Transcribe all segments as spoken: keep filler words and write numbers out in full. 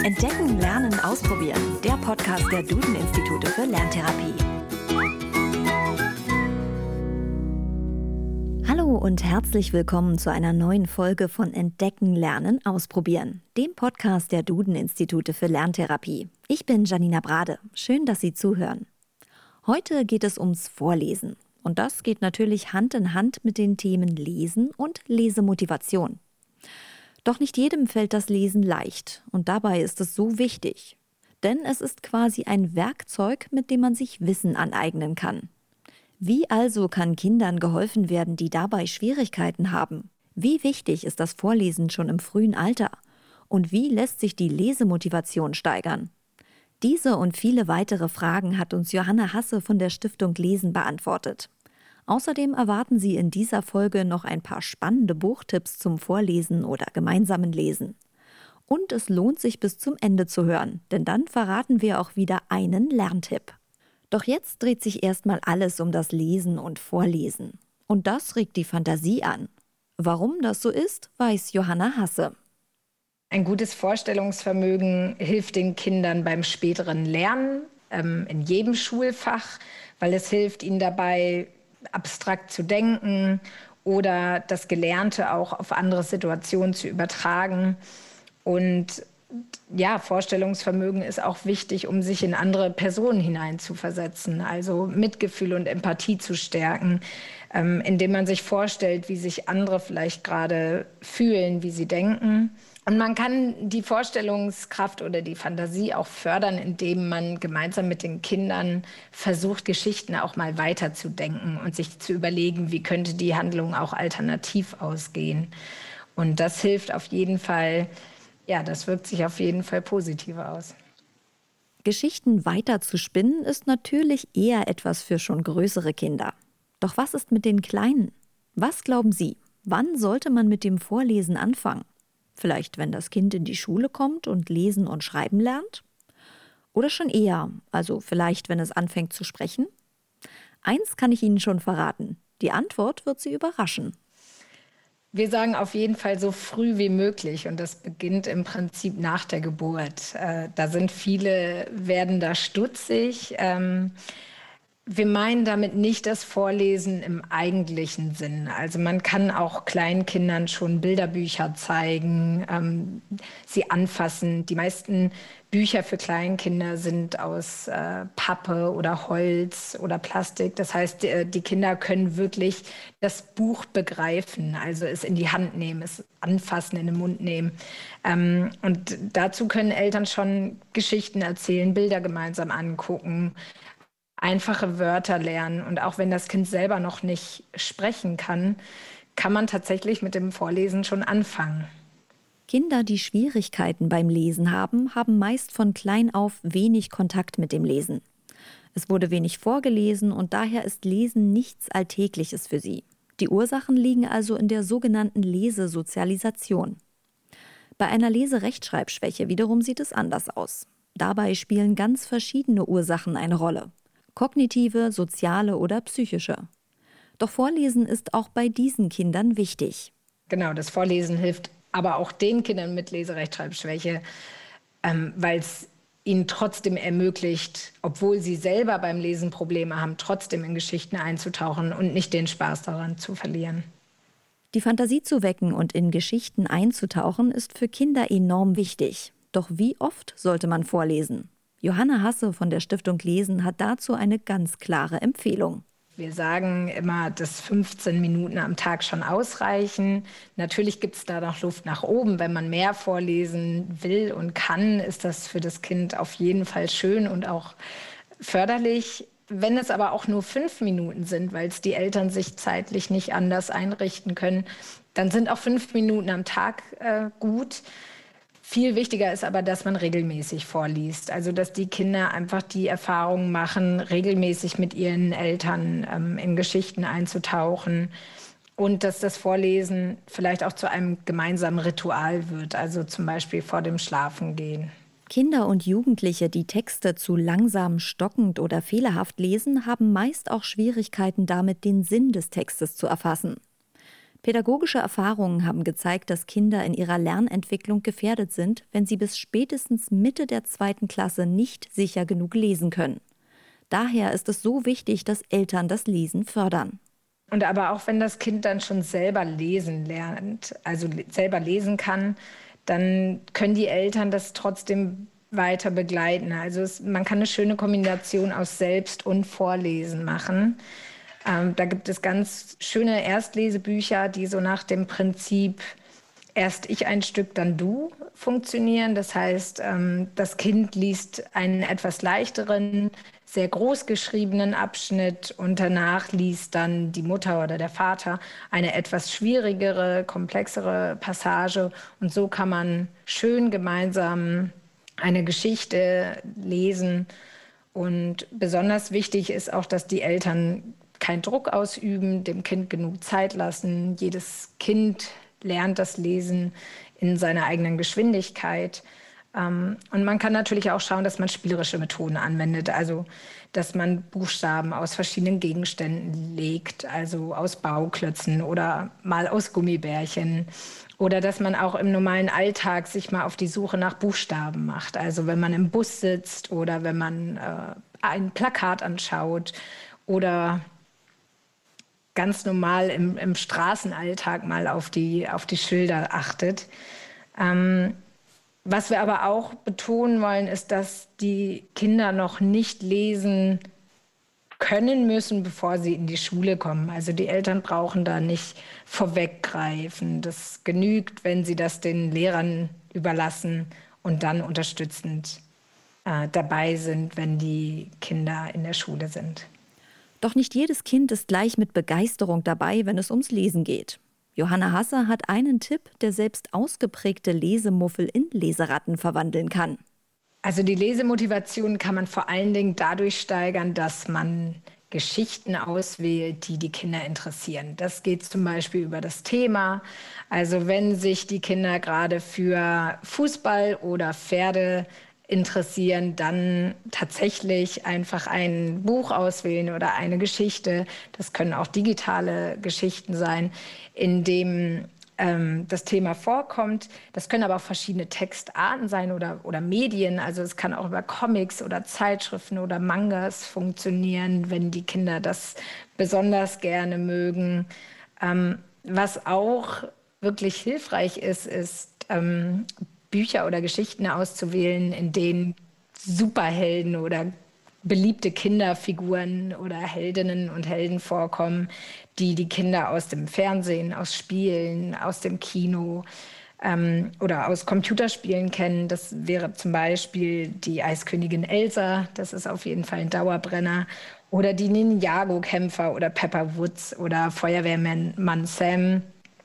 Entdecken, Lernen, Ausprobieren. Der Podcast der Duden-Institute für Lerntherapie. Hallo und herzlich willkommen zu einer neuen Folge von Entdecken, Lernen, Ausprobieren, dem Podcast der Duden-Institute für Lerntherapie. Ich bin Janina Brade. Schön, dass Sie zuhören. Heute geht es ums Vorlesen. Und das geht natürlich Hand in Hand mit den Themen Lesen und Lesemotivation. Doch nicht jedem fällt das Lesen leicht und dabei ist es so wichtig. Denn es ist quasi ein Werkzeug, mit dem man sich Wissen aneignen kann. Wie also kann Kindern geholfen werden, die dabei Schwierigkeiten haben? Wie wichtig ist das Vorlesen schon im frühen Alter? Und wie lässt sich die Lesemotivation steigern? Diese und viele weitere Fragen hat uns Johanna Hasse von der Stiftung Lesen beantwortet. Außerdem erwarten Sie in dieser Folge noch ein paar spannende Buchtipps zum Vorlesen oder gemeinsamen Lesen. Und es lohnt sich bis zum Ende zu hören, denn dann verraten wir auch wieder einen Lerntipp. Doch jetzt dreht sich erstmal alles um das Lesen und Vorlesen. Und das regt die Fantasie an. Warum das so ist, weiß Johanna Hasse. Ein gutes Vorstellungsvermögen hilft den Kindern beim späteren Lernen, ähm, in jedem Schulfach, weil es hilft ihnen dabei, abstrakt zu denken oder das Gelernte auch auf andere Situationen zu übertragen. Und ja, Vorstellungsvermögen ist auch wichtig, um sich in andere Personen hineinzuversetzen, also Mitgefühl und Empathie zu stärken, ähm, indem man sich vorstellt, wie sich andere vielleicht gerade fühlen, wie sie denken. Und man kann die Vorstellungskraft oder die Fantasie auch fördern, indem man gemeinsam mit den Kindern versucht, Geschichten auch mal weiterzudenken und sich zu überlegen, wie könnte die Handlung auch alternativ ausgehen. Und das hilft auf jeden Fall, ja, das wirkt sich auf jeden Fall positiver aus. Geschichten weiter zu spinnen ist natürlich eher etwas für schon größere Kinder. Doch was ist mit den Kleinen? Was glauben Sie, wann sollte man mit dem Vorlesen anfangen? Vielleicht, wenn das Kind in die Schule kommt und lesen und schreiben lernt? Oder schon eher, also vielleicht, wenn es anfängt zu sprechen? Eins kann ich Ihnen schon verraten, die Antwort wird Sie überraschen. Wir sagen auf jeden Fall so früh wie möglich und das beginnt im Prinzip nach der Geburt. Äh, da sind viele, werden da stutzig. Ähm, Wir meinen damit nicht das Vorlesen im eigentlichen Sinn. Also man kann auch Kleinkindern schon Bilderbücher zeigen, ähm, sie anfassen. Die meisten Bücher für Kleinkinder sind aus äh, Pappe oder Holz oder Plastik. Das heißt, die, die Kinder können wirklich das Buch begreifen, also es in die Hand nehmen, es anfassen, in den Mund nehmen. Ähm, und dazu können Eltern schon Geschichten erzählen, Bilder gemeinsam angucken, einfache Wörter lernen. Und auch wenn das Kind selber noch nicht sprechen kann, kann man tatsächlich mit dem Vorlesen schon anfangen. Kinder, die Schwierigkeiten beim Lesen haben, haben meist von klein auf wenig Kontakt mit dem Lesen. Es wurde wenig vorgelesen und daher ist Lesen nichts Alltägliches für sie. Die Ursachen liegen also in der sogenannten Lesesozialisation. Bei einer Leserechtschreibschwäche wiederum sieht es anders aus. Dabei spielen ganz verschiedene Ursachen eine Rolle. Kognitive, soziale oder psychische. Doch Vorlesen ist auch bei diesen Kindern wichtig. Genau, das Vorlesen hilft aber auch den Kindern mit Leserechtschreibschwäche, ähm, weil es ihnen trotzdem ermöglicht, obwohl sie selber beim Lesen Probleme haben, trotzdem in Geschichten einzutauchen und nicht den Spaß daran zu verlieren. Die Fantasie zu wecken und in Geschichten einzutauchen, ist für Kinder enorm wichtig. Doch wie oft sollte man vorlesen? Johanna Hasse von der Stiftung Lesen hat dazu eine ganz klare Empfehlung. Wir sagen immer, dass fünfzehn Minuten am Tag schon ausreichen. Natürlich gibt es da noch Luft nach oben. Wenn man mehr vorlesen will und kann, ist das für das Kind auf jeden Fall schön und auch förderlich. Wenn es aber auch nur fünf Minuten sind, weil es die Eltern sich zeitlich nicht anders einrichten können, dann sind auch fünf Minuten am Tag äh, gut. Viel wichtiger ist aber, dass man regelmäßig vorliest. Also dass die Kinder einfach die Erfahrung machen, regelmäßig mit ihren Eltern ähm, in Geschichten einzutauchen. Und dass das Vorlesen vielleicht auch zu einem gemeinsamen Ritual wird, also zum Beispiel vor dem Schlafengehen. Kinder und Jugendliche, die Texte zu langsam, stockend oder fehlerhaft lesen, haben meist auch Schwierigkeiten damit, den Sinn des Textes zu erfassen. Pädagogische Erfahrungen haben gezeigt, dass Kinder in ihrer Lernentwicklung gefährdet sind, wenn sie bis spätestens Mitte der zweiten Klasse nicht sicher genug lesen können. Daher ist es so wichtig, dass Eltern das Lesen fördern. Und aber auch wenn das Kind dann schon selber lesen lernt, also selber lesen kann, dann können die Eltern das trotzdem weiter begleiten. Also es, man kann eine schöne Kombination aus Selbst- und Vorlesen machen. Ähm, da gibt es ganz schöne Erstlesebücher, die so nach dem Prinzip erst ich ein Stück, dann du funktionieren. Das heißt, ähm, das Kind liest einen etwas leichteren, sehr groß geschriebenen Abschnitt und danach liest dann die Mutter oder der Vater eine etwas schwierigere, komplexere Passage. Und so kann man schön gemeinsam eine Geschichte lesen. Und besonders wichtig ist auch, dass die Eltern keinen Druck ausüben, dem Kind genug Zeit lassen. Jedes Kind lernt das Lesen in seiner eigenen Geschwindigkeit. Und man kann natürlich auch schauen, dass man spielerische Methoden anwendet, also dass man Buchstaben aus verschiedenen Gegenständen legt, also aus Bauklötzen oder mal aus Gummibärchen. Oder dass man auch im normalen Alltag sich mal auf die Suche nach Buchstaben macht. Also wenn man im Bus sitzt oder wenn man äh, ein Plakat anschaut oder ganz normal im, im Straßenalltag mal auf die, auf die Schilder achtet. Ähm, was wir aber auch betonen wollen, ist, dass die Kinder noch nicht lesen können müssen, bevor sie in die Schule kommen. Also die Eltern brauchen da nicht vorweggreifen. Das genügt, wenn sie das den Lehrern überlassen und dann unterstützend äh, dabei sind, wenn die Kinder in der Schule sind. Doch nicht jedes Kind ist gleich mit Begeisterung dabei, wenn es ums Lesen geht. Johanna Hasser hat einen Tipp, der selbst ausgeprägte Lesemuffel in Leseratten verwandeln kann. Also die Lesemotivation kann man vor allen Dingen dadurch steigern, dass man Geschichten auswählt, die die Kinder interessieren. Das geht zum Beispiel über das Thema. Also wenn sich die Kinder gerade für Fußball oder Pferde interessieren, dann tatsächlich einfach ein Buch auswählen oder eine Geschichte. Das können auch digitale Geschichten sein, in dem ähm, das Thema vorkommt. Das können aber auch verschiedene Textarten sein oder, oder Medien. Also es kann auch über Comics oder Zeitschriften oder Mangas funktionieren, wenn die Kinder das besonders gerne mögen. Ähm, was auch wirklich hilfreich ist, ist ähm, Bücher oder Geschichten auszuwählen, in denen Superhelden oder beliebte Kinderfiguren oder Heldinnen und Helden vorkommen, die die Kinder aus dem Fernsehen, aus Spielen, aus dem Kino ähm, oder aus Computerspielen kennen. Das wäre zum Beispiel die Eiskönigin Elsa, das ist auf jeden Fall ein Dauerbrenner. Oder die Ninjago-Kämpfer oder Pepper Woods oder Feuerwehrmann Sam.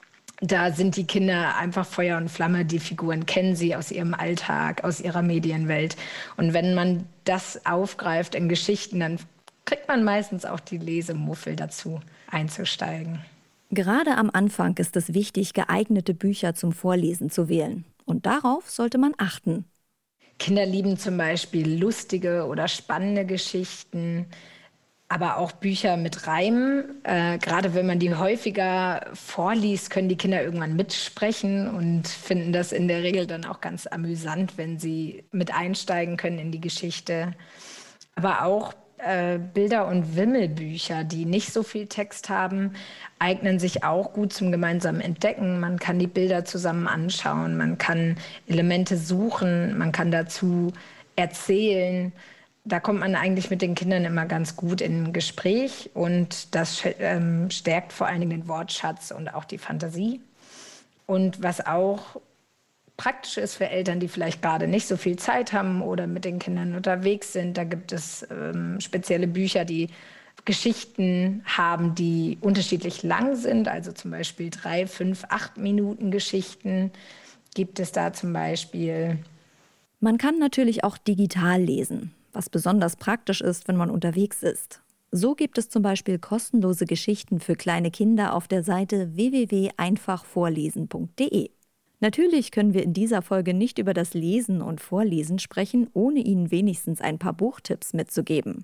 Da sind die Kinder einfach Feuer und Flamme. Die Figuren kennen sie aus ihrem Alltag, aus ihrer Medienwelt. Und wenn man das aufgreift in Geschichten, dann kriegt man meistens auch die Lesemuffel dazu, einzusteigen. Gerade am Anfang ist es wichtig, geeignete Bücher zum Vorlesen zu wählen. Und darauf sollte man achten. Kinder lieben zum Beispiel lustige oder spannende Geschichten, aber auch Bücher mit Reimen. Äh, gerade wenn man die häufiger vorliest, können die Kinder irgendwann mitsprechen und finden das in der Regel dann auch ganz amüsant, wenn sie mit einsteigen können in die Geschichte. Aber auch äh, Bilder- und Wimmelbücher, die nicht so viel Text haben, eignen sich auch gut zum gemeinsamen Entdecken. Man kann die Bilder zusammen anschauen, man kann Elemente suchen, man kann dazu erzählen. Da kommt man eigentlich mit den Kindern immer ganz gut in ein Gespräch und das ähm, stärkt vor allen Dingen den Wortschatz und auch die Fantasie. Und was auch praktisch ist für Eltern, die vielleicht gerade nicht so viel Zeit haben oder mit den Kindern unterwegs sind, da gibt es ähm, spezielle Bücher, die Geschichten haben, die unterschiedlich lang sind, also zum Beispiel drei, fünf, acht Minuten Geschichten gibt es da zum Beispiel. Man kann natürlich auch digital lesen, was besonders praktisch ist, wenn man unterwegs ist. So gibt es zum Beispiel kostenlose Geschichten für kleine Kinder auf der Seite w w w punkt einfach vorlesen punkt d e. Natürlich können wir in dieser Folge nicht über das Lesen und Vorlesen sprechen, ohne Ihnen wenigstens ein paar Buchtipps mitzugeben.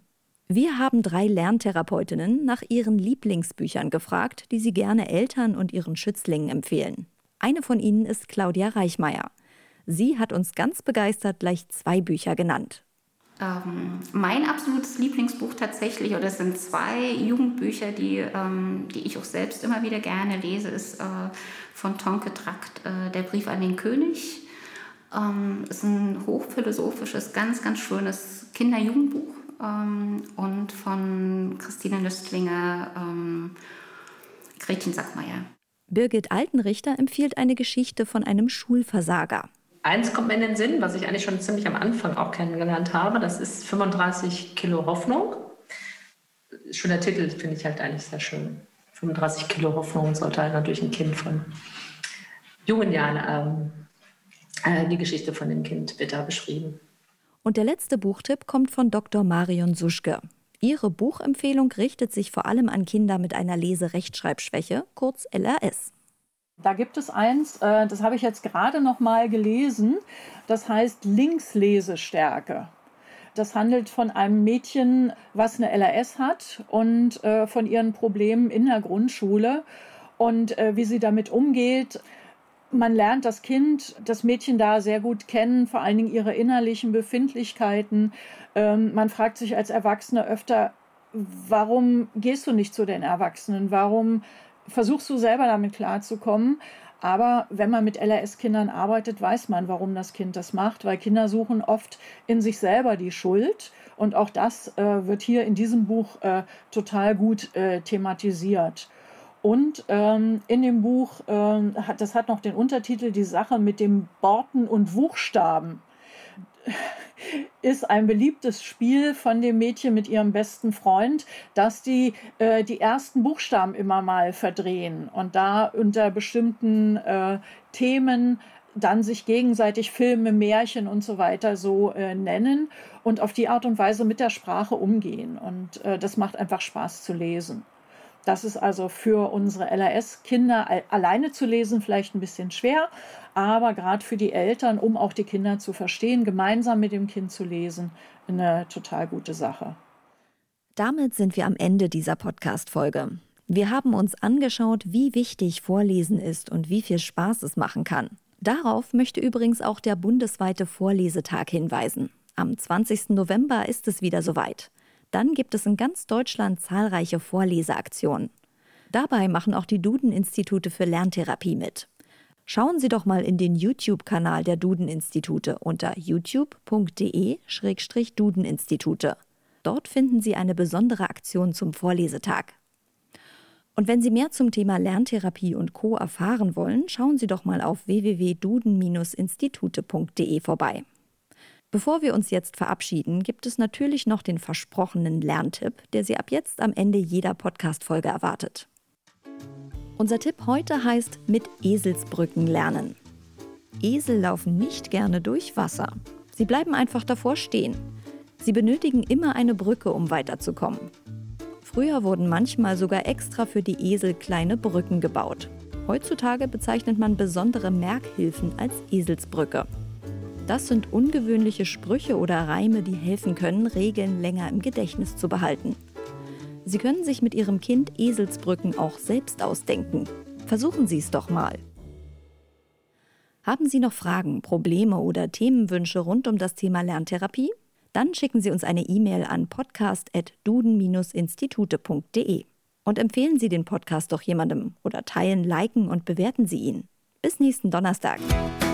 Wir haben drei Lerntherapeutinnen nach ihren Lieblingsbüchern gefragt, die sie gerne Eltern und ihren Schützlingen empfehlen. Eine von ihnen ist Claudia Reichmeier. Sie hat uns ganz begeistert gleich zwei Bücher genannt. Ähm, mein absolutes Lieblingsbuch tatsächlich, oder es sind zwei Jugendbücher, die, ähm, die ich auch selbst immer wieder gerne lese, ist äh, von Tonke Trakt, äh, Der Brief an den König. Ähm, ist ein hochphilosophisches, ganz, ganz schönes Kinder-Jugendbuch. Ähm, und von Christine Lüstlinger, ähm, Gretchen Sackmeier. Birgit Altenrichter empfiehlt eine Geschichte von einem Schulversager. Eins kommt mir in den Sinn, was ich eigentlich schon ziemlich am Anfang auch kennengelernt habe. Das ist fünfunddreißig Kilo Hoffnung. Schon der Titel finde ich halt eigentlich sehr schön. fünfunddreißig Kilo Hoffnung sollte halt natürlich ein Kind von jungen Jahren, ähm, äh, die Geschichte von dem Kind wird da beschrieben. Und der letzte Buchtipp kommt von Doktor Marion Suschke. Ihre Buchempfehlung richtet sich vor allem an Kinder mit einer Leserechtschreibschwäche, kurz L R S. Da gibt es eins, äh, das habe ich jetzt gerade noch mal gelesen, das heißt Linkslesestärke. Das handelt von einem Mädchen, was eine L R S hat und äh, von ihren Problemen in der Grundschule und äh, wie sie damit umgeht. Man lernt das Kind, das Mädchen da sehr gut kennen, vor allen Dingen ihre innerlichen Befindlichkeiten. Ähm, man fragt sich als Erwachsene öfter, warum gehst du nicht zu den Erwachsenen? Warum versuchst du selber damit klarzukommen? Aber wenn man mit L R S-Kindern arbeitet, weiß man, warum das Kind das macht, weil Kinder suchen oft in sich selber die Schuld. Und auch das äh, wird hier in diesem Buch äh, total gut äh, thematisiert. Und ähm, in dem Buch, ähm, hat, das hat noch den Untertitel, die Sache mit dem Borten und Buchstaben, ist ein beliebtes Spiel von dem Mädchen mit ihrem besten Freund, dass die äh, die ersten Buchstaben immer mal verdrehen und da unter bestimmten äh, Themen dann sich gegenseitig Filme, Märchen und so weiter so äh, nennen und auf die Art und Weise mit der Sprache umgehen. Und äh, das macht einfach Spaß zu lesen. Das ist also für unsere L R S-Kinder alleine zu lesen vielleicht ein bisschen schwer, aber gerade für die Eltern, um auch die Kinder zu verstehen, gemeinsam mit dem Kind zu lesen, eine total gute Sache. Damit sind wir am Ende dieser Podcast-Folge. Wir haben uns angeschaut, wie wichtig Vorlesen ist und wie viel Spaß es machen kann. Darauf möchte übrigens auch der bundesweite Vorlesetag hinweisen. Am zwanzigsten November ist es wieder soweit. Dann gibt es in ganz Deutschland zahlreiche Vorleseaktionen. Dabei machen auch die Duden-Institute für Lerntherapie mit. Schauen Sie doch mal in den YouTube-Kanal der Duden-Institute unter youtube punkt de slash Duden-Institute. Dort finden Sie eine besondere Aktion zum Vorlesetag. Und wenn Sie mehr zum Thema Lerntherapie und Co. erfahren wollen, schauen Sie doch mal auf w w w punkt duden Bindestrich institute punkt de vorbei. Bevor wir uns jetzt verabschieden, gibt es natürlich noch den versprochenen Lerntipp, der Sie ab jetzt am Ende jeder Podcast-Folge erwartet. Unser Tipp heute heißt mit Eselsbrücken lernen. Esel laufen nicht gerne durch Wasser. Sie bleiben einfach davor stehen. Sie benötigen immer eine Brücke, um weiterzukommen. Früher wurden manchmal sogar extra für die Esel kleine Brücken gebaut. Heutzutage bezeichnet man besondere Merkhilfen als Eselsbrücke. Das sind ungewöhnliche Sprüche oder Reime, die helfen können, Regeln länger im Gedächtnis zu behalten. Sie können sich mit Ihrem Kind Eselsbrücken auch selbst ausdenken. Versuchen Sie es doch mal. Haben Sie noch Fragen, Probleme oder Themenwünsche rund um das Thema Lerntherapie? Dann schicken Sie uns eine E-Mail an podcast at duden Bindestrich institute punkt de und empfehlen Sie den Podcast doch jemandem oder teilen, liken und bewerten Sie ihn. Bis nächsten Donnerstag.